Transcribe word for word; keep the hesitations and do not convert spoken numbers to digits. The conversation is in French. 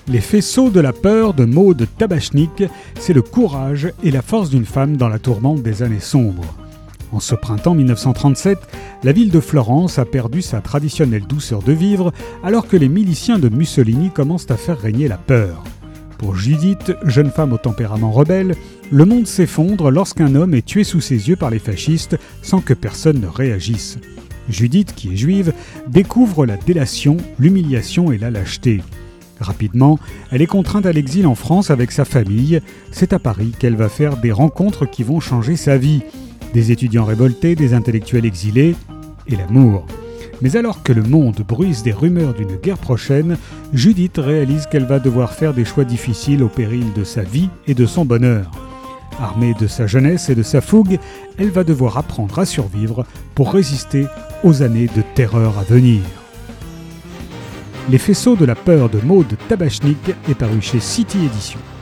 Les faisceaux de la peur de Maud Tabachnik, c'est le courage et la force d'une femme dans la tourmente des années sombres. En ce printemps mille neuf cent trente-sept, la ville de Florence a perdu sa traditionnelle douceur de vivre alors que les miliciens de Mussolini commencent à faire régner la peur. Pour Judith, jeune femme au tempérament rebelle, le monde s'effondre lorsqu'un homme est tué sous ses yeux par les fascistes sans que personne ne réagisse. Judith, qui est juive, découvre la délation, l'humiliation et la lâcheté. Rapidement, elle est contrainte à l'exil en France avec sa famille. C'est à Paris qu'elle va faire des rencontres qui vont changer sa vie. Des étudiants révoltés, des intellectuels exilés et l'amour. Mais alors que le monde bruise des rumeurs d'une guerre prochaine, Judith réalise qu'elle va devoir faire des choix difficiles au péril de sa vie et de son bonheur. Armée de sa jeunesse et de sa fougue, elle va devoir apprendre à survivre pour résister aux années de terreur à venir. Les faisceaux de la peur de Maud Tabachnik est paru chez City Éditions.